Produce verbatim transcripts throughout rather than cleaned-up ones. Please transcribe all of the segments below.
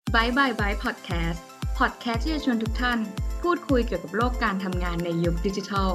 บายบายบายพอดแคสต์พอดแคสต์ที่จะชวนทุกท่านพูดคุยเกี่ยวกับโลกการทำงานในยุคดิจิทัล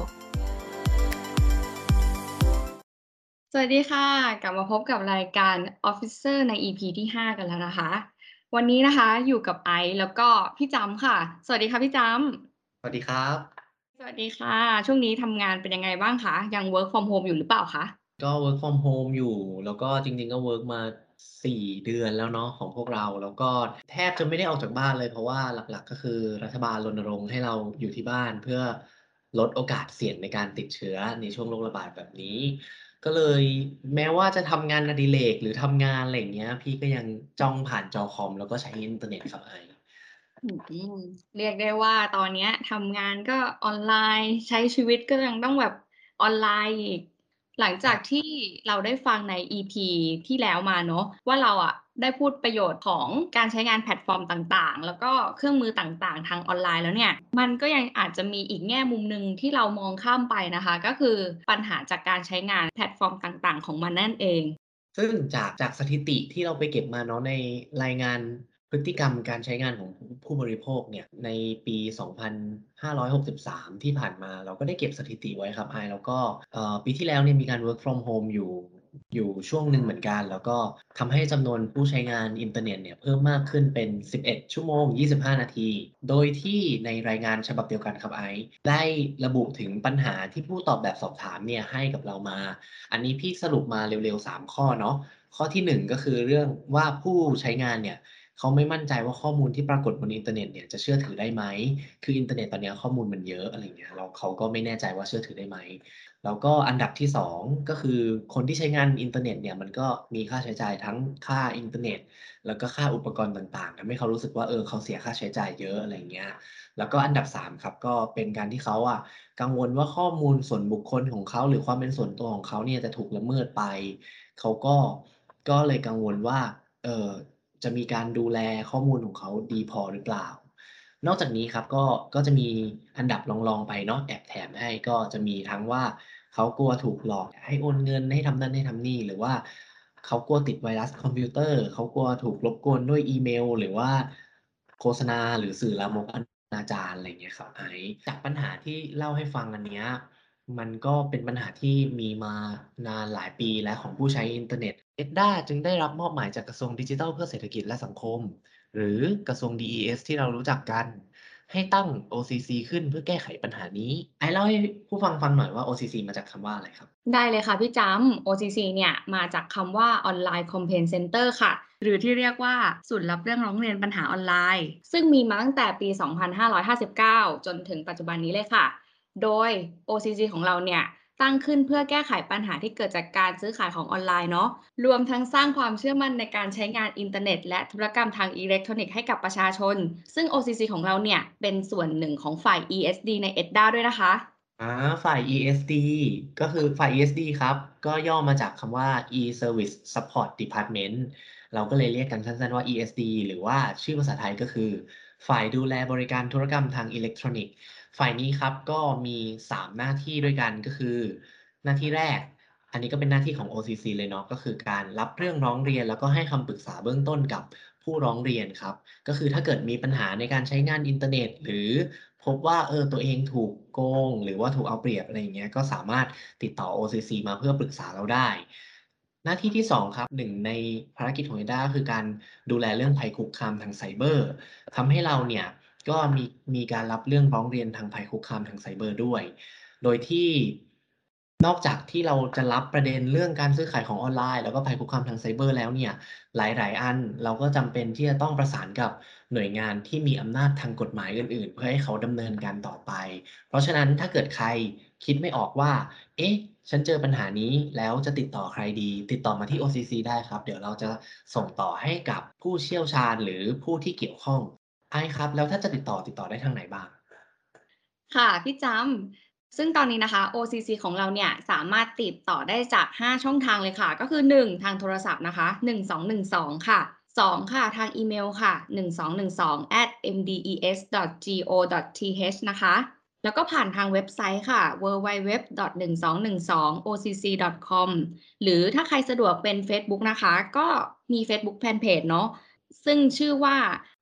สวัสดีค่ะกลับมาพบกับรายการ Officer ใน อี พี ที่ ห้า กันแล้วนะคะวันนี้นะคะอยู่กับไอซ์แล้วก็พี่จำค่ะสวัสดีค่ะพี่จสวัสดีครับำสวัสดีค่ะช่วงนี้ทำงานเป็นยังไงบ้างคะยัง work from home อยู่หรือเปล่าคะก็ work from home อยู่แล้วก็จริงๆก็เวิร์กมาสี่เดือนแล้วเนาะของพวกเราแล้วก็แทบจะไม่ได้ออกจากบ้านเลยเพราะว่าหลักๆก็คือรัฐบาลรณรงค์ให้เราอยู่ที่บ้านเพื่อลดโอกาสเสี่ยงในการติดเชื้อในช่วงโรคระบาดแบบนี้ก็เลยแม้ว่าจะทำงานอดิเรกหรือทำงานอะไรอย่างเงี้ยพี่ก็ยังจ้องผ่านจอคอมแล้วก็ใช้อินเทอร์เน็ตครับไอซ์อืมเรียกได้ว่าตอนเนี้ยทำงานก็ออนไลน์ใช้ชีวิตก็ยังต้องแบบออนไลน์อีกหลังจากที่เราได้ฟังใน อี พี ที่แล้วมาเนาะว่าเราอะได้พูดประโยชน์ของการใช้งานแพลตฟอร์มต่างๆแล้วก็เครื่องมือต่างๆทางออนไลน์แล้วเนี่ยมันก็ยังอาจจะมีอีกแง่มุมหนึ่งที่เรามองข้ามไปนะคะก็คือปัญหาจากการใช้งานแพลตฟอร์มต่างๆของมันนั่นเองซึ่งจากจากสถิติที่เราไปเก็บมาเนาะในรายงานพฤติกรรมการใช้งานของผู้ผู้บริโภคเนี่ยในปีสองพันห้าร้อยหกสิบสามที่ผ่านมาเราก็ได้เก็บสถิติไว้ครับไอแล้วก็เอ่อปีที่แล้วเนี่ยมีการ work from home อยู่อยู่ช่วงหนึ่งเหมือนกันแล้วก็ทำให้จำนวนผู้ใช้งานอินเทอร์เน็ตเนี่ยเพิ่มมากขึ้นเป็นสิบเอ็ดชั่วโมงยี่สิบห้านาทีโดยที่ในรายงานฉบับเดียวกันครับไอได้ระบุถึงปัญหาที่ผู้ตอบแบบสอบถามเนี่ยให้กับเรามา อันนี้พี่สรุปมาเร็วๆสามข้อเนาะข้อที่หนึ่งก็คือเรื่องว่าผู้ใช้งานเนี่ยเขาไม่มั่นใจว่าข้อมูลที่ปรากฏบนอินเทอร์เน็ตเนี่ยจะเชื่อถือได้ไหมคืออินเทอร์เน็ตตอนเนี้ยข้อมูลมันเยอะอะไรอย่างเงี้ยแล้วเขาก็ไม่แน่ใจว่าเชื่อถือได้ไหมแล้วก็อันดับที่สองก็คือคนที่ใช้งานอินเทอร์เน็ตเนี่ยมันก็มีค่าใช้จ่ายทั้งค่าอินเทอร์เน็ตแล้วก็ค่าอุปกรณ์ต่างๆทำให้เขารู้สึกว่าเออเขาเสียค่าใช้จ่ายเยอะอะไรอย่างเงี้ยแล้วก็อันดับสามครับก็เป็นการที่เขาอะ กังวลว่าข้อมูลส่วนบุคคลของเขาหรือความเป็นส่วนตัวของเขาเนี่ยจะถูกละเมิดไปเขาก็ก็เลยกังวลว่าเอ่อจะมีการดูแลข้อมูลของเขาดีพอหรือเปล่านอกจากนี้ครับก็ก็จะมีอันดับรองๆไปเนาะแอบแถมให้ก็จะมีทั้งว่าเขากลัวถูกหลอกให้โอนเงินให้ทำนั่นให้ทำนี่หรือว่าเขากลัวติดไวรัสคอมพิวเตอร์เขากลัวถูกรบกวนด้วยอีเมลหรือว่าโฆษณาหรือสื่อลามกอนาจารอะไรอย่างเงี้ยครับไอซ์จากปัญหาที่เล่าให้ฟังอันเนี้ยมันก็เป็นปัญหาที่มีมานานหลายปีแล้วของผู้ใช้อินเทอร์เน็ต เอ็ด ดี เอ จึงได้รับมอบหมายจากกระทรวงดิจิทัลเพื่อเศรษฐกิจและสังคมหรือกระทรวง ดี อี เอส ที่เรารู้จักกันให้ตั้ง โอ ซี ซี ขึ้นเพื่อแก้ไขปัญหานี้ไอซ์เล่าให้ผู้ฟังฟังหน่อยว่า โอ ซี ซี มาจากคำว่าอะไรครับได้เลยค่ะพี่จำ โอ ซี ซี เนี่ยมาจากคำว่า Online Complaint Center ค่ะหรือที่เรียกว่าศูนย์รับเรื่องร้องเรียนปัญหาออนไลน์ซึ่งมีมาตั้งแต่ปี สองพันห้าร้อยห้าสิบเก้า จนถึงปัจจุบันนี้เลยค่ะโดย โอ ซี ซี ของเราเนี่ยตั้งขึ้นเพื่อแก้ไขปัญหาที่เกิดจากการซื้อขายของออนไลน์เนาะรวมทั้งสร้างความเชื่อมั่นในการใช้งานอินเทอร์เน็ตและธุรกรรมทางอิเล็กทรอนิกส์ให้กับประชาชนซึ่ง โอ ซี ซี ของเราเนี่ยเป็นส่วนหนึ่งของฝ่าย อี เอส ดี ใน เอด ดี เอ ด้วยนะคะอาฝ่าย อี เอส ดี ก็คือฝ่าย อี เอส ดี ครับก็ย่อมาจากคำว่า E-Service Support Department เราก็เลยเรียกกันสั้นๆว่า อี เอส ดี หรือว่าชื่อภาษาไทยก็คือฝ่ายดูแลบริการธุรกรรมทางอิเล็กทรอนิกส์ฝ่ายนี้ครับก็มีสามหน้าที่ด้วยกันก็คือหน้าที่แรกอันนี้ก็เป็นหน้าที่ของ โอ ซี ซี เลยเนาะก็คือการรับเรื่องร้องเรียนแล้วก็ให้คำปรึกษาเบื้องต้นกับผู้ร้องเรียนครับ ก็คือถ้าเกิดมีปัญหาในการใช้งานอินเทอร์เน็ตหรือพบว่าเออตัวเองถูกโกงหรือว่าถูกเอาเปรียบอะไรอย่างเงี้ยก็สามารถติดต่อ โอ ซี ซี มาเพื่อปรึกษาเราได้หน้าที่ที่สองครับหนึ่งในภารกิจของ เอ ดี เอ ก็คือการดูแลเรื่องภัยคุกคามทางไซเบอร์ทำให้เราเนี่ยก็มีมีการรับเรื่องร้องเรียนทางภัยคุกคามทางไซเบอร์ด้วยโดยที่นอกจากที่เราจะรับประเด็นเรื่องการซื้อขายของออนไลน์แล้วก็ภัยคุกคามทางไซเบอร์แล้วเนี่ย หลายๆอันเราก็จำเป็นที่จะต้องประสานกับหน่วยงานที่มีอำนาจทางกฎหมายอื่นๆเพื่อให้เขาดำเนินการต่อไปเพราะฉะนั้นถ้าเกิดใครคิดไม่ออกว่าเอ๊ะฉันเจอปัญหานี้แล้วจะติดต่อใครดีติดต่อมาที่ โอ ซี ซี ได้ครับเดี๋ยวเราจะส่งต่อให้กับผู้เชี่ยวชาญหรือผู้ที่เกี่ยวข้องไอซ์ครับแล้วถ้าจะติดต่อติดต่อได้ทางไหนบ้างค่ะพี่จำซึ่งตอนนี้นะคะ โอ ซี ซี ของเราเนี่ยสามารถติดต่อได้จากห้าช่องทางเลยค่ะก็คือหนึ่งทางโทรศัพท์นะคะหนึ่งสองหนึ่งสองค่ะสองค่ะทางอีเมลค่ะหนึ่งสองหนึ่งสอง แอท เอ็ม ดี อี เอส ดอท จี โอ ดอท ที เอช นะคะแล้วก็ผ่านทางเว็บไซต์ค่ะ ดับเบิลยู ดับเบิลยู ดับเบิลยู ดอท หนึ่ง สอง หนึ่ง สอง โอ ซี ซี ดอท คอม หรือถ้าใครสะดวกเป็นเฟซบุ๊กนะคะก็มีเฟซบุ๊กแฟนเพจเนาะซึ่งชื่อว่า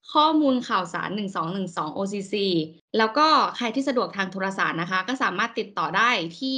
ข้อมูลข่าวสารหนึ่งสองหนึ่งสอง โอ ซี ซี แล้วก็ใครที่สะดวกทางโทรศัพท์นะคะก็สามารถติดต่อได้ที่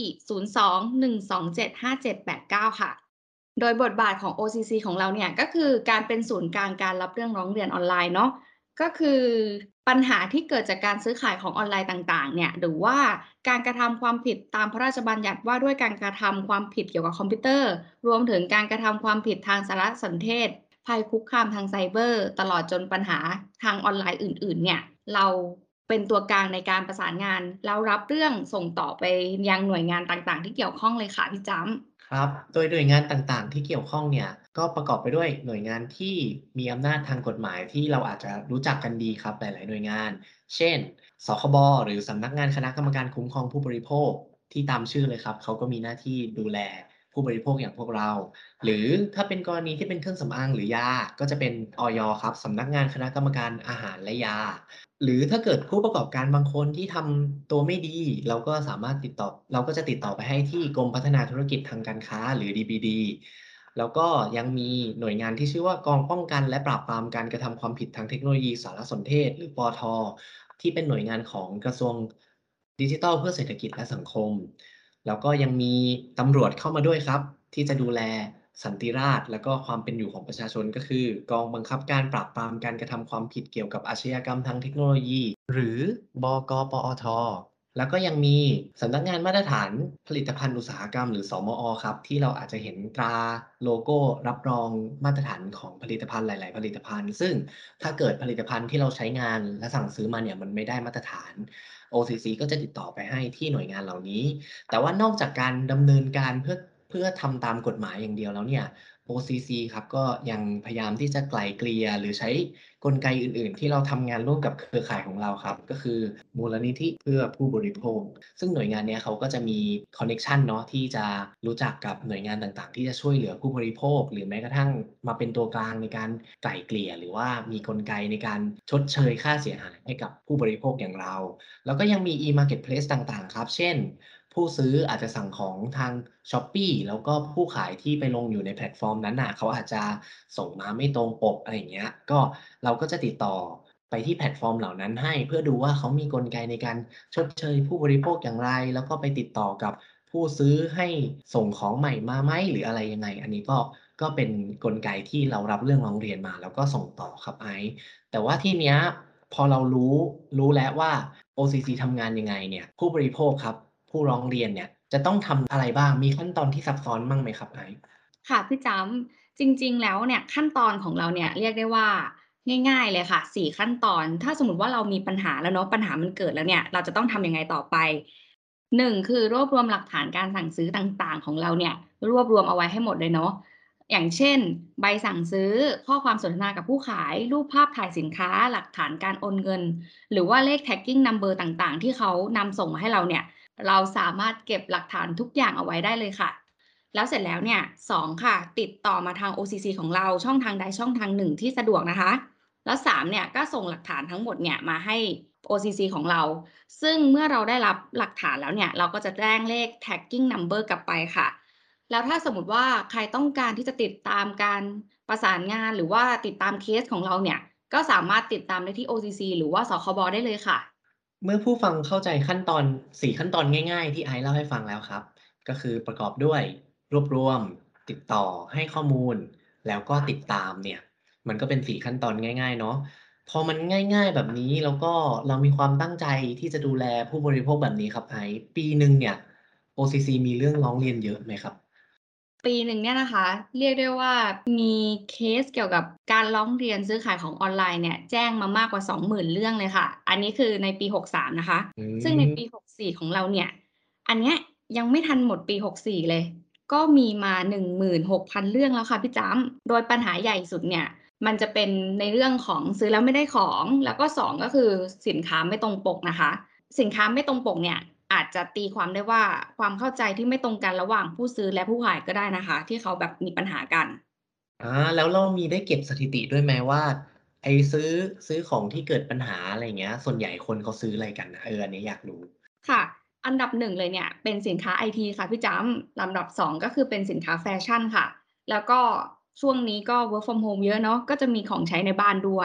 ศูนย์ สอง หนึ่ง สอง เจ็ด ห้า เจ็ด แปด เก้า ค่ะโดยบทบาทของ โอ ซี ซี ของเราเนี่ยก็คือการเป็นศูนย์กลางการรับเรื่องร้องเรียนออนไลน์เนาะก็คือปัญหาที่เกิดจากการซื้อขายของออนไลน์ต่างๆเนี่ยหรือว่าการกระทำความผิดตามพระราชบัญญัติว่าด้วยการกระทำความผิดเกี่ยวกับคอมพิวเตอร์รวมถึงการกระทำความผิดทางสารสนเทศ ภัยคุกคามทางไซเบอร์ตลอดจนปัญหาทางออนไลน์อื่นๆเนี่ยเราเป็นตัวกลางในการประสานงานแล้วรับเรื่องส่งต่อไปยังหน่วยงานต่างๆที่เกี่ยวข้องเลยค่ะพี่จ๊ำครับโดยหน่วยงานต่างๆที่เกี่ยวข้องเนี่ยก็ประกอบไปด้วยหน่วยงานที่มีอำนาจทางกฎหมายที่เราอาจจะรู้จักกันดีครับหลายๆหน่วยงาน เช่น ส ค บ หรือสำนักงานคณะกรรมการคุ้มครองผู้บริโภคที่ตามชื่อเลยครับเขาก็มีหน้าที่ดูแลผู้บริโภคอย่างพวกเรา หรือถ้าเป็นกรณีที่เป็นเครื่องสำอางหรือยาก็จะเป็นอย ครับสำนักงานคณะกรรมการอาหารและยา หรือถ้าเกิดผู้ประกอบการบางคนที่ทำตัวไม่ดีเราก็สามารถติดต่อเราก็จะติดต่อไปให้ที่กรมพัฒนาธุรกิจทางการค้าหรือ ดี บี ดี แล้วก็ยังมีหน่วยงานที่ชื่อว่ากองป้องกันและปราบปรามการกระทำความผิดทางเทคโนโลยีสารสนเทศหรือปอ ท ที่เป็นหน่วยงานของกระทรวงดิจิทัลเพื่อเศรษฐกิจและสังคมแล้วก็ยังมีตำรวจเข้ามาด้วยครับที่จะดูแลสันติราษฎร์และก็ความเป็นอยู่ของประชาชนก็คือกองบังคับการปราบปรามการกระทำความผิดเกี่ยวกับอาชญากรรมทางเทคโนโลยี หรือบก.ปอท. แล้วก็ยังมีสำนักงานมาตรฐานผลิตภัณฑ์อุตสาหกรรมหรือ สมอ. ครับที่เราอาจจะเห็นตราโลโก้รับรองมาตรฐานของผลิตภัณฑ์หลาย ๆ ผลิตภัณฑ์ซึ่งถ้าเกิดผลิตภัณฑ์ที่เราใช้งานและสั่งซื้อมาเนี่ยมันไม่ได้มาตรฐาน โอ ซี ซี ก็จะติดต่อไปให้ที่หน่วยงานเหล่านี้แต่ว่านอกจากการดำเนินการเพื่อเพื่อทำตามกฎหมายอย่างเดียวแล้วเนี่ย โอ ซี ซี ครับก็ยังพยายามที่จะไกล่เกลี่ยหรือใช้กลไกอื่น ๆ ที่เราทำงานร่วมกับเครือข่ายของเราครับก็คือมูลนิธิเพื่อผู้บริโภคซึ่งหน่วยงานเนี้ยเขาก็จะมีคอนเน็กชันเนาะที่จะรู้จักกับหน่วยงานต่าง ๆ ที่จะช่วยเหลือผู้บริโภคหรือแม้กระทั่งมาเป็นตัวกลางในการไกล่เกลี่ยหรือว่ามีกลไกในการชดเชยค่าเสียหายให้กับผู้บริโภคอย่างเราแล้วก็ยังมี e-marketplace ต่าง ๆ ครับเช่น ผู้ซื้ออาจจะสั่งของทาง Shopee แล้วก็ผู้ขายที่ไปลงอยู่ในแพลตฟอร์มนั้นน่ะเขาอาจจะส่งมาไม่ตรงปกอะไรอย่างเงี้ยก็เราก็จะติดต่อไปที่แพลตฟอร์มเหล่านั้นให้เพื่อดูว่าเขามีกลไกในการชดเชยผู้บริโภคอย่างไรแล้วก็ไปติดต่อกับผู้ซื้อให้ส่งของใหม่มาไหมหรืออะไรยังไงอันนี้ก็ก็เป็นกลไกที่เรารับเรื่องร้องเรียนมาแล้วก็ส่งต่อครับไอซ์แต่ว่าทีเนี้ยพอเรารู้รู้แล้วว่า โอ ซี ซี ทำงานยังไงเนี่ยผู้บริโภคครับผู้ร้องเรียนเนี่ยจะต้องทำอะไรบ้างมีขั้นตอนที่ซับซ้อนบ้างไหมครับไอซ์ค่ะพี่จำจริงๆแล้วเนี่ยขั้นตอนของเราเนี่ยเรียกได้ว่าง่ายๆเลยค่ะสี่ขั้นตอนถ้าสมมุติว่าเรามีปัญหาแล้วเนาะปัญหามันเกิดแล้วเนี่ยเราจะต้องทำยังไงต่อไปหนึ่งคือรวบรวมหลักฐานการสั่งซื้อต่างๆของเราเนี่ยรวบรวมเอาไว้ให้หมดเลยเนาะอย่างเช่นใบสั่งซื้อข้อความสนทนากับผู้ขายรูปภาพถ่ายสินค้าหลักฐานการโอนเงินหรือว่าเลข tracking number ต่างๆที่เขานำส่งมาให้เราเนี่ยเราสามารถเก็บหลักฐานทุกอย่างเอาไว้ได้เลยค่ะ แล้วเสร็จแล้วเนี่ยสองค่ะติดต่อมาทาง โอ ซี ซี ของเราช่องทางใดช่องทางหนึ่งที่สะดวกนะคะแล้วสามเนี่ยก็ส่งหลักฐานทั้งหมดเนี่ยมาให้ โอ ซี ซี ของเราซึ่งเมื่อเราได้รับหลักฐานแล้วเนี่ยเราก็จะแจ้งเลข tracking number กลับไปค่ะแล้วถ้าสมมุติว่าใครต้องการที่จะติดตามการประสานงานหรือว่าติดตามเคสของเราเนี่ยก็สามารถติดตามได้ที่ โอ ซี ซี หรือว่าสคบได้เลยค่ะเมื่อผู้ฟังเข้าใจขั้นตอนสี่ขั้นตอนง่ายๆที่ไอซ์เล่าให้ฟังแล้วครับก็คือประกอบด้วยรวบรวมติดต่อให้ข้อมูลแล้วก็ติดตามเนี่ยมันก็เป็นสี่ขั้นตอนง่ายๆเนาะพอมันง่ายๆแบบนี้แล้วก็เรามีความตั้งใจที่จะดูแลผู้บริโภคแบบนี้ครับไอซ์ปีหนึ่งเนี่ย โอ ซี ซี มีเรื่องร้องเรียนเยอะไหมครับปีหนึ่งเนี่ยนะคะเรียกได้ว่ามีเคสเกี่ยวกับการร้องเรียนซื้อขายของออนไลน์เนี่ยแจ้งมามากกว่าสองหมื่นเรื่องเลยค่ะอันนี้คือในปีหกสามนะคะอืซึ่งในปีมหกสี่ของเราเนี่ยอันเนี้ยยังไม่ทันหมดปีหกสี่เลยก็มีมาหนึ่งหมื่นหกพันเรื่องแล้วค่ะพี่จ๊ำโดยปัญหาใหญ่สุดเนี่ยมันจะเป็นในเรื่องของซื้อแล้วไม่ได้ของแล้วก็สองก็คือสินค้าไม่ตรงปกนะคะ สินค้าไม่ตรงปกเนี่ยอาจจะตีความได้ว่าความเข้าใจที่ไม่ตรงกันระหว่างผู้ซื้อและผู้ขายก็ได้นะคะที่เขาแบบมีปัญหากันอาแล้วเรามีได้เก็บสถิติด้วยไหมว่าไอ้ซื้อซื้อของที่เกิดปัญหาอะไรอย่างเงี้ยส่วนใหญ่คนเขาซื้ออะไรกันน่ะเอออันนี้อยากรู้ค่ะอันดับหนึ่งเลยเนี่ยเป็นสินค้าไอทีค่ะพี่จำลำดับสองก็คือเป็นสินค้าแฟชั่นค่ะแล้วก็ช่วงนี้ก็ work from home เยอะเนาะก็จะมีของใช้ในบ้านด้วย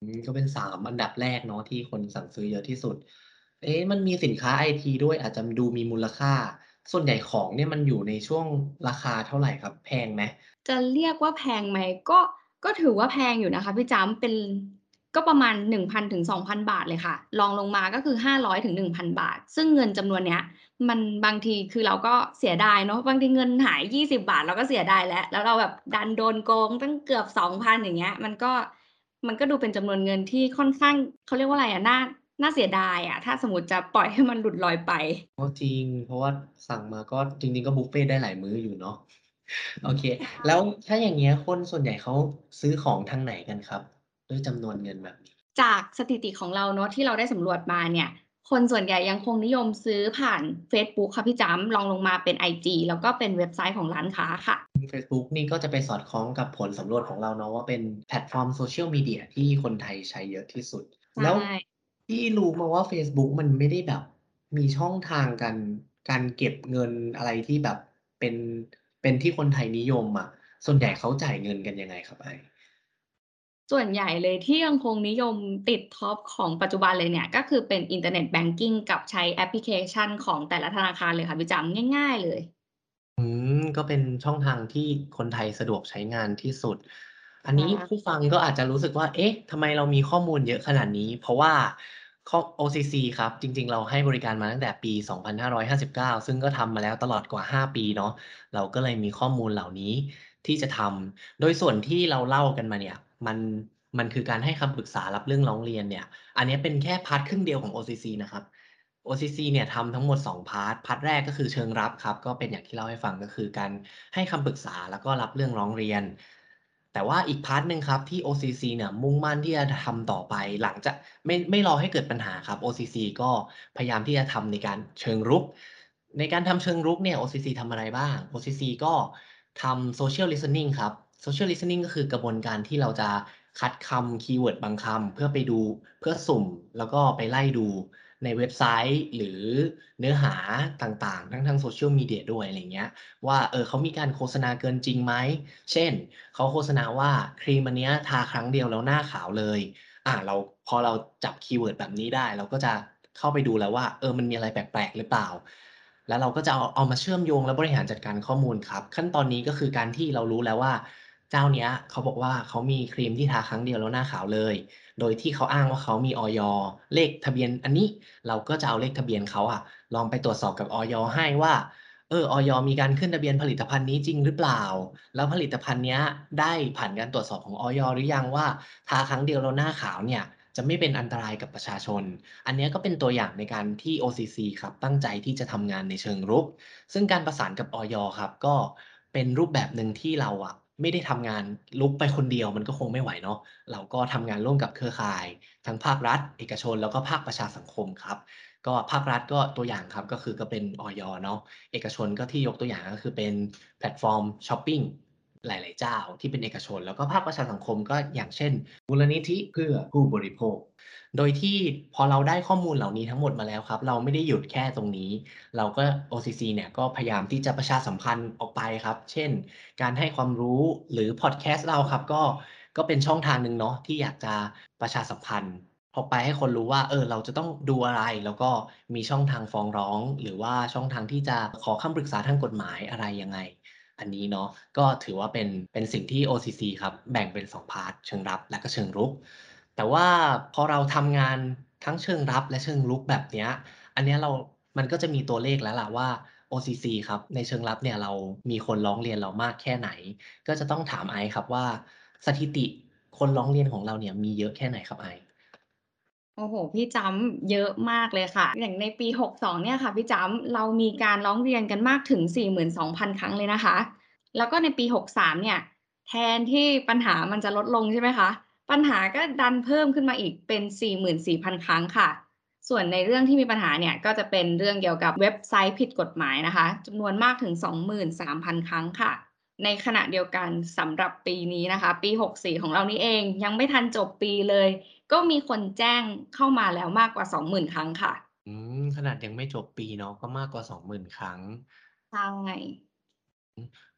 อืมก็เป็นสามอันดับแรกเนาะที่คนสั่งซื้อเยอะที่สุดเอ๊ะมันมีสินค้าไอทีด้วยอาจจะดูมีมูลค่าส่วนใหญ่ของเนี่ยมันอยู่ในช่วงราคาเท่าไรครับแพงไหมจะเรียกว่าแพงไหมก็ก็ถือว่าแพงอยู่นะคะพี่จ๊ำเป็นก็ประมาณหนึ่งพันถึงสองพันบาทเลยค่ะรองลงมาก็คือห้าร้อยถึงหนึ่งพันบาทซึ่งเงินจำนวนเนี้ยมันบางทีคือเราก็เสียดายเนาะบางทีเงินหายยี่สิบบาทเราก็เสียดายแล้วแล้วเราแบบดันโดนโกงตั้งเกือบสองพันอย่างเงี้ยมันก็มันก็ดูเป็นจำนวนเงินที่ค่อนข้างเขาเรียกว่าอะไรอะน่าน่าเสียดายอะถ้าสมมุติจะปล่อยให้มันหลุดลอยไปก็จริงเพราะว่าสั่งมาก็จริงๆก็บุฟเฟต์ได้หลายมื้ออยู่เนาะโอเคแล้วถ้าอย่างเงี้ยคนส่วนใหญ่เขาซื้อของทางไหนกันครับด้วยจำนวนเงินแบบนี้จากสถิติของเราเนาะที่เราได้สำรวจมาเนี่ยคนส่วนใหญ่ยังคงนิยมซื้อผ่านเฟซบุ๊กค่ะพี่จ๊ำรองลงมาเป็นไอจีแล้วก็เป็นเว็บไซต์ของร้านค้าค่ะอืมเฟซบุ๊กนี่ก็จะไปสอดคล้องกับผลสำรวจของเราเนาะว่าเป็นแพลตฟอร์ม Social Media ที่คนไทยใช้เยอะที่สุดใช่แล้วพี่รู้มาว่าเฟซบุ๊กมันไม่ได้แบบมีช่องทางการการเก็บเงินอะไรที่แบบเป็นเป็นที่คนไทยนิยมอะส่วนใหญ่เขาจ่ายเงินกันยังไงครับไอซ์ส่วนใหญ่เลยที่ยังคงนิยมติดท็อปของปัจจุบันเลยเนี่ยก็คือเป็นอินเทอร์เน็ตแบงกิงกับใช้แอปพลิเคชันของแต่ละธนาคารเลยค่ะพี่จ๊ำง่ายๆเลยอืมก็เป็นช่องทางที่คนไทยสะดวกใช้งานที่สุดอันใช่นี้ผู้ฟังก็อาจจะรู้สึกว่าเอ๊ะทำไมเรามีข้อมูลเยอะขนาดนี้เพราะว่าข้อ โอ ซี ซี ครับจริงๆเราให้บริการมาตั้งแต่ปีสองพันห้าร้อยห้าสิบเก้าซึ่งก็ทำมาแล้วตลอดกว่าห้าปีเนาะเราก็เลยมีข้อมูลเหล่านี้ที่จะทำโดยส่วนที่เราเล่ากันมาเนี่ยมันมันคือการให้คำปรึกษารับเรื่องร้องเรียนเนี่ยอันเนี้ยเป็นแค่พาร์ตครึ่งเดียวของ โอ ซี ซี นะครับ โอ ซี ซี เนี่ยทำทั้งหมดสองพาร์ตพาร์ตแรกก็คือเชิงรับครับก็เป็นอย่างที่เล่าให้ฟังก็คือการให้คำปรึกษาแล้วก็รับเรื่องร้องเรียนแต่ว่าอีกพาร์ตหนึ่งครับที่ โอ ซี ซี เนี่ยมุ่งมั่นที่จะทำต่อไปหลังจากไม่ไม่รอให้เกิดปัญหาครับ โอ ซี ซี ก็พยายามที่จะทำในการเชิงรุกในการทำเชิงรุกเนี่ย โอ ซี ซี ทำอะไรบ้าง โอ ซี ซี ก็ทำ Social Listening ครับ Social Listening ก็คือกระบวนการที่เราจะคัดคำคีย์เวิร์ดบางคำเพื่อไปดูเพื่อสุ่มแล้วก็ไปไล่ดู ในเว็บไซต์หรือเนื้อหาต่างๆทั้งทาง Social Media ด้วยอะไรอย่างเงี้ยว่าเออเขามีการโฆษณาเกินจริงไหมเช่นเขาโฆษณาว่าครีมอันเนี้ยทาครั้งเดียวแล้วหน้าขาวเลยอาเราพอเราจับคีย์เวิร์ดแบบนี้ได้เราก็จะเข้าไปดูแล้วว่าเออมันมีอะไรแปลกๆหรือเปล่าแล้วเราก็จะเอาเอามาเชื่อมโยงและบริหารจัดการข้อมูลครับขั้นตอนนี้ก็คือการที่เรารู้แล้วว่าเจ้าเนี้ยเขาบอกว่าเขามีครีมที่ทาครั้งเดียวแล้วหน้าขาวเลย โดยที่เขาอ้างว่าเขามีอยเลขทะเบียนอันนี้เราก็จะเอาเลขทะเบียนเขาอะลองไปตรวจสอบกับอยให้ว่าเอออยมีการขึ้นทะเบียนผลิตภัณฑ์นี้จริงหรือเปล่าแล้วผลิตภัณฑ์เนี้ยได้ผ่านการตรวจสอบของอยหรือยังว่าทาครั้งเดียวแล้วหน้าขาวเนี่ยจะไม่เป็นอันตรายกับประชาชนอันเนี้ยก็เป็นตัวอย่างในการที่ โอ ซี ซี ครับตั้งใจที่จะทำงานในเชิงรุกซึ่งการประสานกับอยครับก็เป็นรูปแบบหนึ่งที่เราอะไม่ได้ทำงานรุกไปคนเดียวมันก็คงไม่ไหวเนาะ เราก็ทำงานร่วมกับเครือข่ายทั้งภาครัฐเอกชนแล้วก็ภาคประชาสังคมครับก็ภาครัฐก็ตัวอย่างครับก็คือก็เป็นอยเนาะเอกชนก็ที่ยกตัวอย่างก็คือเป็นแพลตฟอร์มช็อปปิงหลายๆเจ้าที่เป็นเอกชนแล้วก็ภาคประชาสังคมก็อย่างเช่นมูลนิธิเพื่อผู้บริโภคโดยที่พอเราได้ข้อมูลเหล่านี้ทั้งหมดมาแล้วครับเราไม่ได้หยุดแค่ตรงนี้เราก็ โอ ซี ซี เนี่ยก็พยายามที่จะประชาสัมพันธ์ออกไปครับเช่นการให้ความรู้หรือพอดแคสต์เราครับก็ ก็เป็นช่องทางหนึ่งเนาะที่อยากจะประชาสัมพันธ์ออกไปให้คนรู้ว่าเออเราจะต้องดูอะไรแล้วก็มีช่องทางฟ้องร้องหรือว่าช่องทางที่จะขอคำปรึกษาทางกฎหมายอะไรยังไงอันนี้เนาะก็ถือว่าเป็นเป็นสิ่งที่ โอ ซี ซี ครับแบ่งเป็นสองพาร์ตเชิงรับและก็เชิงรุกแต่ว่าพอเราทำงานทั้งเชิงรับและเชิงรุกแบบเนี้ยอันเนี้ยเรามันก็จะมีตัวเลขแล้วล่ะว่า โอ ซี ซี ครับในเชิงรับเนี่ยเรามีคนร้องเรียนเรามากแค่ไหนก็จะต้องถามไอซ์ครับว่า สถิติคนร้องเรียนของเราเนี่ยมีเยอะแค่ไหนครับไอซ์โอ้โฮพี่จ๊ำเยอะมากเลยค่ะอย่างในปีหกสองเนี่ยค่ะพี่จ๊ำเรามีการร้องเรียนกันมากถึงสี่หมื่นสองพันครั้งเลยนะคะแล้วก็ในปีหกสามเนี่ยแทนที่ปัญหามันจะลดลงใช่ไหมคะปัญหาก็ดันเพิ่มขึ้นมาอีกเป็นสี่หมื่นสี่พันครั้งค่ะส่วนในเรื่องที่มีปัญหาเนี่ยก็จะเป็นเรื่องเกี่ยวกับเว็บไซต์ผิดกฎหมายนะคะจำนวนมากถึงสองหมื่นสามพันครั้งค่ะ ในขณะเดียวกันสำหรับปีนี้นะคะปีหกสี่ของเรานี่เองยังไม่ทันจบปีเลยก็มีคนแจ้งเข้ามาแล้วมากกว่าสองหมื่นครั้งค่ะอืมขนาดยังไม่จบปีเนาะก็มากกว่าสองหมื่นครั้งใช่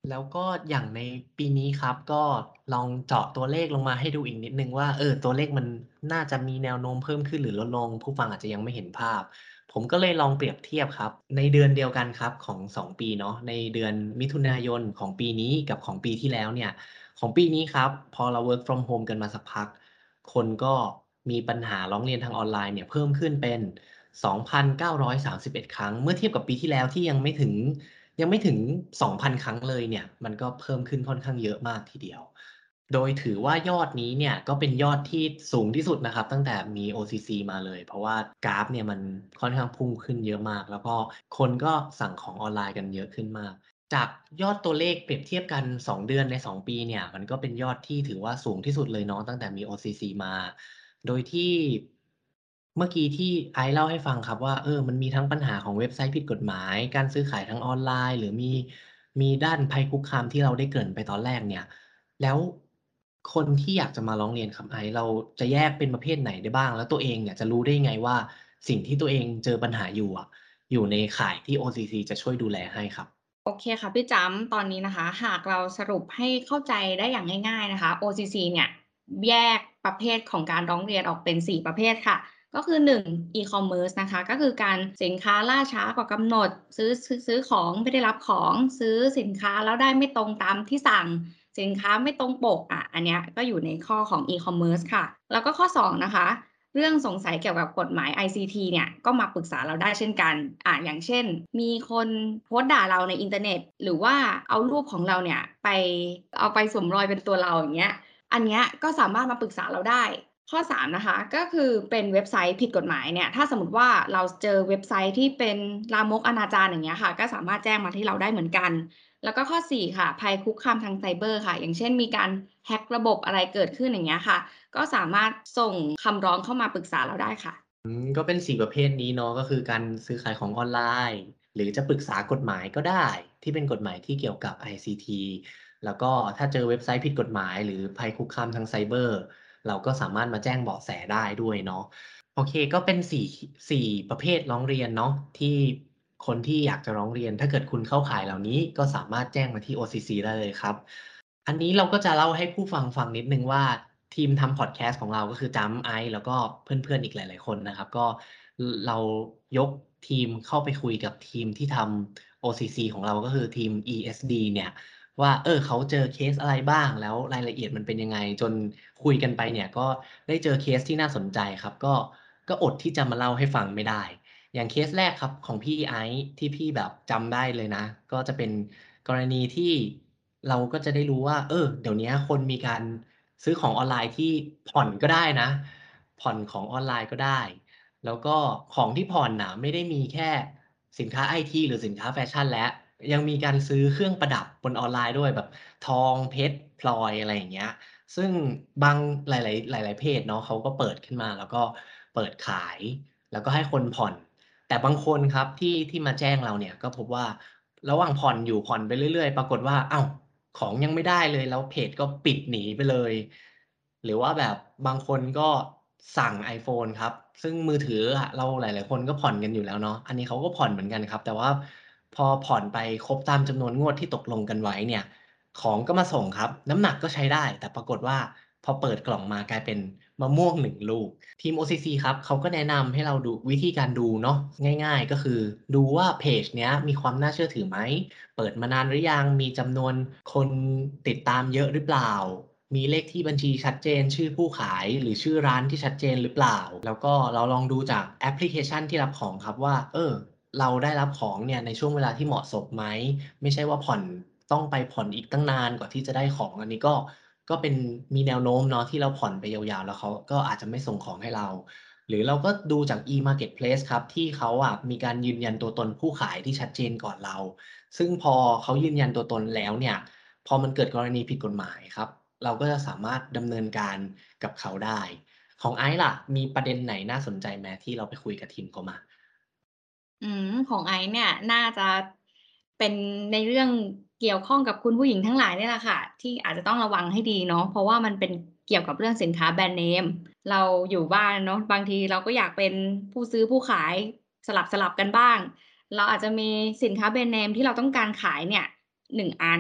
แล้วก็อย่างในปีนี้ครับก็ลองเจาะตัวเลขลงมาให้ดูอีกนิดหนึ่งว่าเออตัวเลขมันน่าจะมีแนวโน้มเพิ่มขึ้นหรือลดลงผู้ฟังอาจจะยังไม่เห็นภาพผมก็เลยลองเปรียบเทียบครับในเดือนเดียวกันครับของสองปีเนาะในเดือนมิถุนายนของปีนี้กับของปีที่แล้วเนี่ยของปีนี้ครับพอเรา work from home กันมาสักพักคนก็มีปัญหาร้องเรียนทางออนไลน์เนี่ยเพิ่มขึ้นเป็นสองพันเก้าร้อยสามสิบเอ็ดครั้งเมื่อเทียบกับปีที่แล้วที่ยังไม่ถึง ยังไม่ถึงสองพันครั้งเลยเนี่ยมันก็เพิ่มขึ้นค่อนข้างเยอะมากทีเดียวโดยถือว่ายอดนี้เนี่ยก็เป็นยอดที่สูงที่สุดนะครับตั้งแต่มี โอ ซี ซี มาเลยเพราะว่ากราฟเนี่ยมันค่อนข้างพุ่งขึ้นเยอะมากแล้วก็คนก็สั่งของออนไลน์กันเยอะขึ้นมากจากยอดตัวเลขเปรียบเทียบกันสองเดือนในสองปีเนี่ยมันก็เป็นยอดที่ถือว่าสูงที่สุดเลยเนาะตั้งแต่มี โอ ซี ซี มาโดยที่เมื่อกี้ที่ไอซ์เล่าให้ฟังครับว่าเออมันมีทั้งปัญหาของเว็บไซต์ผิดกฎหมายการซื้อขายทางออนไลน์หรือมีมีด้านภัยคุกคามที่เราได้เกริ่นไปตอนแรกเนี่ยแล้วคนที่อยากจะมาร้องเรียนครับไอซ์เราจะแยกเป็นประเภทไหนได้บ้างแล้วตัวเองเนี่ยจะรู้ได้ยังไงว่าสิ่งที่ตัวเองเจอปัญหาอยู่อะอยู่ในข่ายที่ โอ ซี ซี จะช่วยดูแลให้ครับโอเคค่ะพี่จำตอนนี้นะคะหากเราสรุปให้เข้าใจได้อย่างง่ายๆนะคะ โอ ซี ซี เนี่ยแยกประเภทของการร้องเรียนออกเป็นสี่ประเภทค่ะก็คือหนึ่ง E-commerce นะคะก็คือการสินค้าล่าช้ากว่ากำหนดซื้อซื้อซื้อของไม่ได้รับของซื้อสินค้าแล้วได้ไม่ตรงตามที่สั่งสินค้าไม่ตรงปกอะอันเนี้ยก็อยู่ในข้อของ E-commerce ค่ะแล้วก็ข้อสองนะคะ เรื่องสงสัยเกี่ยวกับกฎหมาย ไอ ซี ที เนี่ยก็มาปรึกษาเราได้เช่นกันอ่าอย่างเช่นมีคนโพสต์ด่าเราในอินเทอร์เน็ตหรือว่าเอารูปของเราเนี่ยไปเอาไปสวมรอยเป็นตัวเราอย่างเงี้ยอันเนี้ยก็สามารถมาปรึกษาเราได้ข้อสามนะคะก็คือเป็นเว็บไซต์ผิดกฎหมายเนี่ยถ้าสมมุติว่าเราเจอเว็บไซต์ที่เป็นลามกอนาจารอย่างเงี้ยค่ะก็สามารถแจ้งมาที่เราได้เหมือนกันแล้วก็ข้อสี่ค่ะภัยคุกคามทางไซเบอร์ค่ะอย่างเช่นมีการ hack ระบบอะไรเกิดขึ้นอย่างเงี้ยค่ะ ก็สามารถส่งคำร้องเข้ามาปรึกษาเราได้ค่ะอืมก็เป็นสี่ประเภทนี้เนาะก็คือการซื้อขายของออนไลน์หรือจะปรึกษากฎหมายก็ได้ที่เป็นกฎหมายที่เกี่ยวกับ ไอ ซี ที แล้วก็ถ้าเจอเว็บไซต์ผิดกฎหมายหรือภัยคุกคามทางไซเบอร์เราก็สามารถมาแจ้งเบาะแสได้ด้วยเนาะ โอเคก็เป็นสี่สี่ประเภทร้องเรียนเนาะที่คนที่อยากจะร้องเรียนถ้าเกิดคุณเข้าข่ายเหล่านี้ก็สามารถแจ้งมาที่ โอ ซี ซี ได้เลยครับอันนี้เราก็จะเล่าให้ผู้ฟังฟังนิดหนึ่งว่าทีมทำพอดแคสต์ของเราก็คือจัมป์ไอซ์แล้วก็เพื่อนๆอีกหลายๆคนนะครับก็รเรายกทีมเข้าไปคุยกับทีมที่ทำ โอ ซี ซี ของเราก็คือทีม อี เอส ดี เนี่ยว่าเออเขาเจอเคสอะไรบ้างแล้วรายละเอียดมันเป็นยังไงจนคุยกันไปเนี่ยก็ได้เจอเคสที่น่าสนใจครับก็ ก็อดที่จะมาเล่าให้ฟังไม่ได้ อย่างเคสแรกครับของพี่ไอซ์ที่พี่แบบจำได้เลยนะ ก็จะเป็นกรณีที่เราก็จะได้รู้ว่าเออเดี๋ยวเนี้ยคนมีการซื้อของออนไลน์ที่ผ่อนก็ได้นะ ผ่อนของออนไลน์ก็ได้ แล้วก็ของที่ผ่อนน่ะไม่ได้มีแค่สินค้าไอทีหรือสินค้าแฟชั่นแล้วยังมีการซื้อเครื่องประดับบนออนไลน์ด้วยแบบทองเพชรพลอยอะไรอย่างเงี้ย ซึ่งบางหลายๆหลายๆเพจเนาะเขาก็เปิดขึ้นมาแล้วก็เปิดขายแล้วก็ให้คนผ่อนแต่บางคนครับที่ที่มาแจ้งเราเนี่ยก็พบว่าระหว่างผ่อนอยู่ผ่อนไปเรื่อยๆปรากฏว่าอ้าวของยังไม่ได้เลยแล้วเพจก็ปิดหนีไปเลยหรือว่าแบบบางคนก็สั่ง iPhone ครับซึ่งมือถืออะเราหลายๆคนก็ผ่อนกันอยู่แล้วเนาะอันนี้เขาก็ผ่อนเหมือนกันครับแต่ว่าพอผ่อนไปครบตามจำนวนงวดที่ตกลงกันไว้เนี่ย ของก็มาส่งครับน้ำหนักก็ใช้ได้แต่ปรากฏว่าพอเปิดกล่องมากลายเป็นมะม่วงหนึ่งลูกทีม โอ ซี ซี ครับเขาก็แนะนำให้เราดูวิธีการดูเนาะง่ายๆก็คือดูว่าเพจเนี้ยมีความน่าเชื่อถือไหมเปิดมานานหรือยังมีจำนวนคนติดตามเยอะหรือเปล่ามีเลขที่บัญชีชัดเจนชื่อผู้ขายหรือชื่อร้านที่ชัดเจนหรือเปล่าแล้วก็เราลองดูจากแอปพลิเคชันที่รับของครับว่าเออเราได้รับของเนี่ยในช่วงเวลาที่เหมาะสมไหม ไม่ใช่ว่าผ่อนต้องไปผ่อนอีกตั้งนานกว่าที่จะได้ของอันนี้ก็ก็เป็นมีแนวโน้มเนาะที่เราผ่อนไปยาวๆแล้วเขาก็อาจจะไม่ส่งของให้เราหรือเราก็ดูจาก e-marketplace ครับที่เขาอะมีการยืนยันตัวตนผู้ขายที่ชัดเจนก่อนเราซึ่งพอเขายืนยันตัวตนแล้วเนี่ยพอมันเกิดกรณีผิดกฎหมายครับเราก็จะสามารถดำเนินการกับเขาได้ของไอซ์ล่ะมีประเด็นไหนน่าสนใจไหมที่เราไปคุยกับทีมเขามาอืมของไอซ์เนี่ยน่าจะเป็นในเรื่องเกี่ยวข้องกับคุณผู้หญิงทั้งหลายเนี่ยแหละค่ะที่อาจจะต้องระวังให้ดีเนาะเพราะว่ามันเป็นเกี่ยวกับเรื่องสินค้าแบรนด์เนมเราอยู่บ้านเนาะบางทีเราก็อยากเป็นผู้ซื้อผู้ขายสลับๆกันบ้างเราอาจจะมีสินค้าแบรนด์เนมที่เราต้องการขายเนี่ยหนึ่งอัน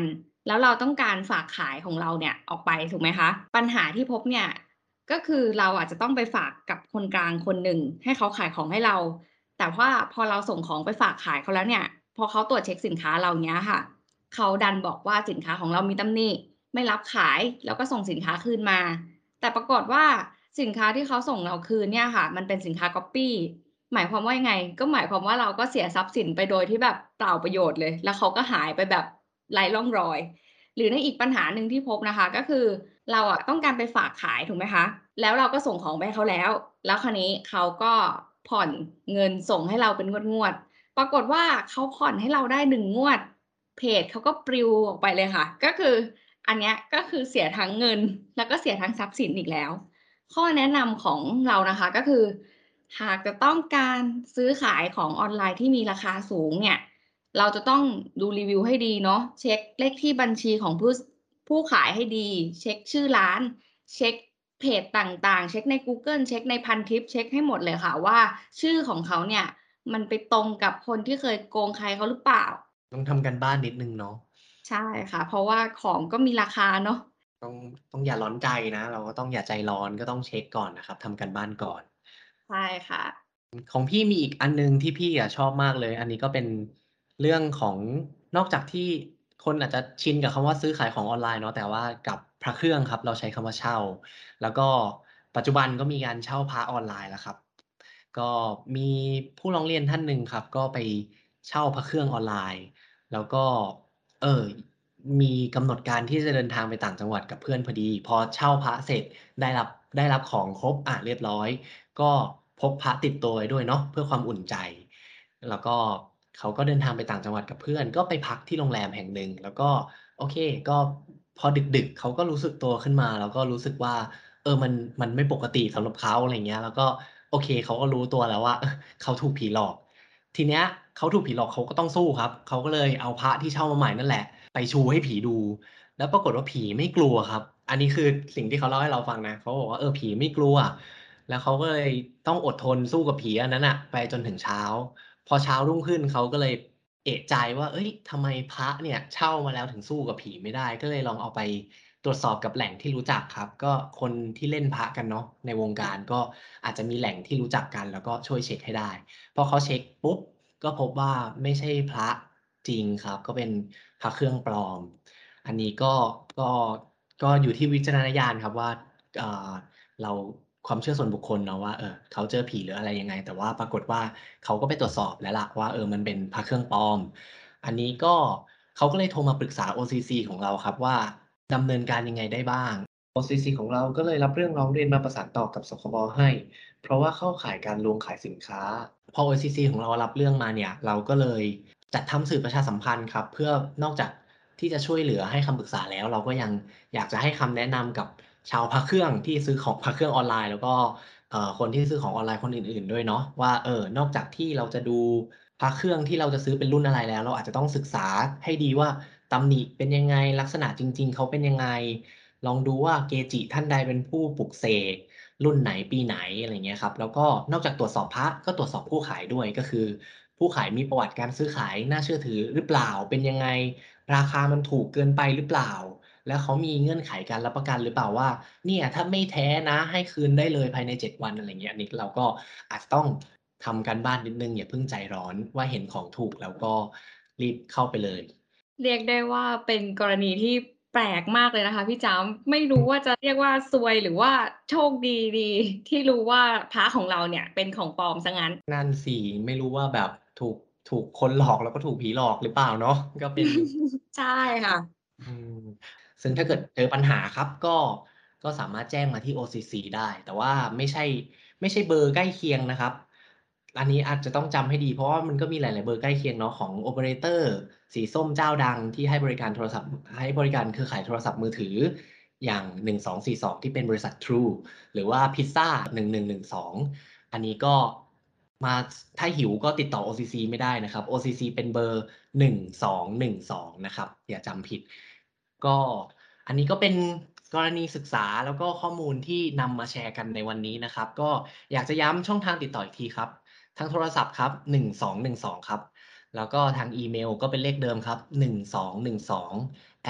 แล้วเราต้องการฝากขายของเราเนี่ยออกไปถูกไหมคะปัญหาที่พบเนี่ยก็คือเราอาจจะต้องไปฝากกับคนกลางคนหนึ่งให้เขาขายของให้เราแต่ว่าพอเราส่งของไปฝากขายเขาแล้วเนี่ยพอเขาตรวจเช็กสินค้าเราเงี้ยค่ะเขาดันบอกว่าสินค้าของเรามีตำหนิไม่รับขายแล้วก็ส่งสินค้าคืนมาแต่ปรากฏว่าสินค้าที่เขาส่งเราคืนเนี่ยค่ะมันเป็นสินค้าก๊อบปี้หมายความว่ายังไงก็หมายความว่าเราก็เสียทรัพย์สินไปโดยที่แบบเปล่าประโยชน์เลยแล้วเขาก็หายไปแบบไร้ร่องรอย หรือในอีกปัญหาหนึ่งที่พบนะคะก็คือเราอะต้องการไปฝากขายถูกไหมคะแล้วเราก็ส่งของไปให้เขาแล้วแล้วคราวนี้เขาก็ผ่อนเงินส่งให้เราเป็นงวดๆปรากฏว่าเขาผ่อนให้เราได้หนึ่งงวดเพจเขาก็ปลิวออกไปเลยค่ะก็คืออันเนี้ยก็คือเสียทั้งเงินแล้วก็เสียทั้งทรัพย์สินอีกแล้วข้อแนะนำของเรานะคะก็คือหากจะต้องการซื้อขายของออนไลน์ที่มีราคาสูงเนี่ย เราจะต้องดูรีวิวให้ดีเนาะเช็กเลขที่บัญชีของผู้สผู้ขายให้ดีเช็กชื่อร้านเช็กเพจต่างๆเช็กในกูเกิลเช็กในพันทิปเช็กให้หมดเลยค่ะว่าชื่อของเขาเนี่ยมันไปตรงกับคนที่เคยโกงใครเขาหรือเปล่าต้องทำการบ้านนิดหนึ่งเนาะใช่ค่ะเพราะว่าของก็มีราคาเนาะต้องต้องอย่าร้อนใจนะเราก็ต้องอย่าใจร้อนก็ต้องเช็กก่อนนะครับทำการบ้านก่อนใช่ค่ะของพี่มีอีกอันหนึ่งที่พี่อะชอบมากเลย อันนี้ก็เป็นเรื่องของนอกจากที่คนอาจจะชินกับคำว่าซื้อขายของออนไลน์เนาะแต่ว่ากับพระเครื่องครับเราใช้คำว่าเช่าแล้วก็ปัจจุบันก็มีการเช่าพระออนไลน์แล้วครับก็มีผู้ร้องเรียนท่านหนึ่งครับก็ไปเช่าพระเครื่องออนไลน์แล้วก็เอ่อมีกำหนดการที่จะเดินทางไปต่างจังหวัดกับเพื่อนพอดีพอเช่าพระเสร็จได้รับได้รับของครบอาเรียบร้อย ก็พกพระติดตัวไว้ด้วยเนาะเพื่อความอุ่นใจแล้วก็เขาก็เดินทางไปต่างจังหวัดกับเพื่อนก็ไปพักที่โรงแรมแห่งหนึ่งแล้วก็โอเคก็พอดึกๆเขาก็รู้สึกตัวขึ้นมาแล้วก็รู้สึกว่าเออมันมันไม่ปกติสำหรับเขาอะไรเงี้ยแล้วก็โอเคเขาก็รู้ตัวแล้วว่าเออเขาถูกผีหลอกทีเนี้ยเขาถูกผีหลอกเขาก็ต้องสู้ครับเขาก็เลยเอาพระที่เช่ามาใหม่นั่นแหละไปชูให้ผีดูแล้วปรากฏว่าผีไม่กลัวครับอันนี้คือสิ่งที่เขาเล่าให้เราฟังนะเขาบอกว่าเออผีไม่กลัว แล้วเขาก็เลยต้องอดทนสู้กับผีอันนั้นน่ะไปจนถึงเช้าพอเช้ารุ่งขึ้นเขาก็เลยเอะใจว่าเฮ้ยทำไมพระเนี่ยเช่ามาแล้วถึงสู้กับผีไม่ได้ก็เลยลองเอาไปตรวจสอบกับแหล่งที่รู้จักครับก็คนที่เล่นพระกันเนาะในวงการก็อาจจะมีแหล่งที่รู้จักกันแล้วก็ช่วยเช็กให้ได้พอเขาเช็กปุ๊บก็พบว่าไม่ใช่พระจริงครับก็เป็นพระเครื่องปลอมอันนี้ก็ก็ก็อยู่ที่วิจารณญาณครับว่าอ่า เราความเชื่อส่วนบุคคลเนาะว่าเออเขาเจอผีหรืออะไรยังไงแต่ว่าปรากฏว่าเขาก็ไปตรวจสอบแล้วล่ะว่าเออมันเป็นพระเครื่องปลอมอันนี้ก็เขาก็เลยโทรมาปรึกษา โอ ซี ซี ของเราครับว่าดำเนินการยังไงได้บ้าง โอ ซี ซี ของเราก็เลยรับเรื่องร้องเรียนมาประสานต่อกับสคบให้เพราะว่าเข้าข่ายการลวงขายสินค้าพอ โอ ซี ซี ของเรารับเรื่องมาเนี่ยเราก็เลยจัดทำสื่อประชาสัมพันธ์ครับเพื่อนอกจากที่จะช่วยเหลือให้คำปรึกษาแล้วเราก็ยังอยากจะให้คำแนะนำกับชาวพระเครื่องที่ซื้อของพระเครื่องออนไลน์แล้วก็เอ่อคนที่ซื้อของออนไลน์คนอื่นๆด้วยเนาะว่าเอ่อนอกจากที่เราจะดูพระเครื่องที่เราจะซื้อเป็นรุ่นอะไรแล้วเราอาจจะต้องศึกษาให้ดีว่าตำหนิเป็นยังไงลักษณะจริงๆเขาเป็นยังไง ลองดูว่าเกจิท่านใดเป็นผู้ปลุกเสกรุ่นไหนปีไหนอะไรเงี้ยครับแล้วก็นอกจากตรวจสอบพระก็ตรวจสอบผู้ขายด้วยก็คือผู้ขายมีประวัติการซื้อขายน่าเชื่อถือหรือเปล่าเป็นยังไงราคามันถูกเกินไปหรือเปล่าแล้วเขามีเงื่อนไขการรับประกันหรือเปล่าว่าเนี่ยถ้าไม่แท้นะให้คืนได้เลยภายในเจ็ดวันอะไรเงี้ยอันนี้เราก็อาจจะต้องทำการบ้านนิดหนึ่งอย่าเพิ่งใจร้อนว่าเห็นของถูกแล้วก็รีบเข้าไปเลยเรียกได้ว่าเป็นกรณีที่แปลกมากเลยนะคะพี่จ๊ะไม่รู้ว่าจะเรียกว่าซวยหรือว่าโชคดีดีที่รู้ว่าพระของเราเนี่ยเป็นของปลอมเสียงั้นนั่นสิไม่รู้ว่าแบบถูกถูกคนหลอกแล้วก็ถูกผีหลอกหรือเปล่าเนาะก็เป็นใช่ค่ะอืมซึ่งถ้าเกิดเจอปัญหาครับก็ก็สามารถแจ้งมาที่ โอ ซี ซี ได้แต่ว่าไม่ใช่ไม่ใช่เบอร์ใกล้เคียงนะครับอันนี้อาจจะต้องจำให้ดีเพราะว่ามันก็มีหลายๆเบอร์ใกล้เคียงเนาะของโอเปอเรเตอร์สีส้มเจ้าดังที่ให้บริการโทรศัพท์ให้บริการเครือข่ายโทรศัพท์มือถืออย่างหนึ่งสองสี่สองที่เป็นบริษัท True หรือว่าพิซซ่าหนึ่งหนึ่งหนึ่งสองอันนี้ก็มาถ้าหิวก็ติดต่อ โอ ซี ซี ไม่ได้นะครับ โอ ซี ซี เป็นเบอร์หนึ่งสองหนึ่งสองนะครับอย่าจำผิดก็อันนี้ก็เป็นกรณีศึกษาแล้วก็ข้อมูลที่นำมาแชร์กันในวันนี้นะครับก็อยากจะย้ำช่องทางติดต่ออีกทีครับทางโทรศัพท์ครับหนึ่งสองหนึ่งสองครับแล้วก็ทางอีเมลก็เป็นเลขเดิมครับหนึ่งสองหนึ่งสอง at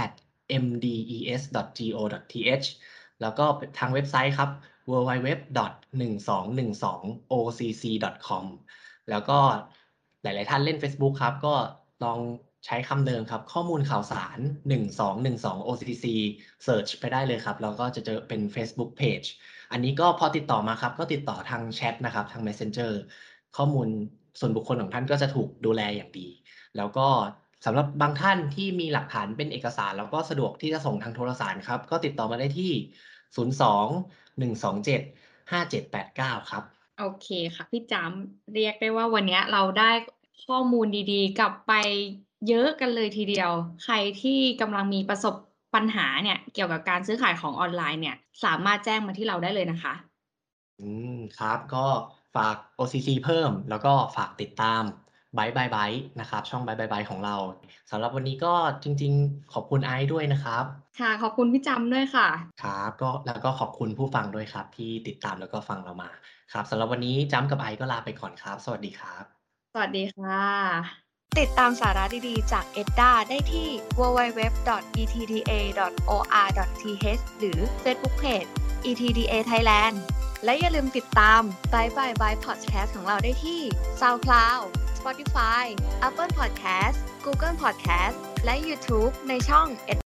เอ็ม ดี อี เอส ดอท โก ดอท ที เอช แล้วก็ทางเว็บไซต์ครับ ดับเบิลยู ดับเบิลยู ดับเบิลยู ดอท หนึ่งสองหนึ่งสอง โอ ซี ซี ดอท คอม แล้วก็หลายๆท่านเล่น Facebook ครับ ก็ลองใช้คำเดิมครับ ข้อมูลข่าวสาร หนึ่งสองหนึ่งสอง โอ ซี ซี เซิร์ชไปได้เลยครับ แล้วก็จะเจอเป็น Facebook Page อันนี้ก็พอติดต่อมาครับ ก็ติดต่อทางแชตนะครับ ทาง Messenger ข้อมูลส่วนบุคคลของท่านก็จะถูกดูแลอย่างดี แล้วก็สำหรับบางท่านที่มีหลักฐานเป็นเอกสาร แล้วก็สะดวกที่จะส่งทางโทรสารครับ ก็ติดต่อมาได้ที่ ศูนย์ สอง หนึ่ง สอง เจ็ด ห้า เจ็ด แปด เก้า ครับโอเคค่ะพี่จำ เรียกได้ว่าวันเนี้ยเราได้ข้อมูลดี ๆ กลับไปเยอะกันเลยทีเดียว ใครที่กำลังมีประสบปัญหาเนี่ยเกี่ยวกับการซื้อขายของออนไลน์เนี่ย สามารถแจ้งมาที่เราได้เลยนะคะอืม ครับ ก็ฝาก โอ ซี ซี เพิ่ม แล้วก็ฝากติดตาม Byte by Byte นะครับ ช่อง Byte by Byte ของเรา สำหรับวันนี้ก็จริง ๆ ขอบคุณไอซ์ด้วยนะครับค่ะ ขอบคุณพี่จำด้วยค่ะครับ ก็ แล้วก็ขอบคุณผู้ฟังด้วยครับที่ติดตามแล้วก็ฟังเรามา ครับ สำหรับวันนี้จำกับไอซ์ก็ลาไปก่อนครับ สวัสดีครับสวัสดีค่ะติดตามสาระดี ๆ จาก เอ็ด ดี เอ ได้ที่ ดับเบิลยู ดับเบิลยู ดับเบิลยู ดอท อี ที ดี เอ ดอท โอ อาร์ ดอท ที เอช หรือ Facebook Page อี ที ดี เอ Thailand และอย่าลืมติดตาม Byte by Byte Podcast ของเราได้ที่ SoundCloud Spotify Apple Podcast Google Podcast และ YouTube ในช่อง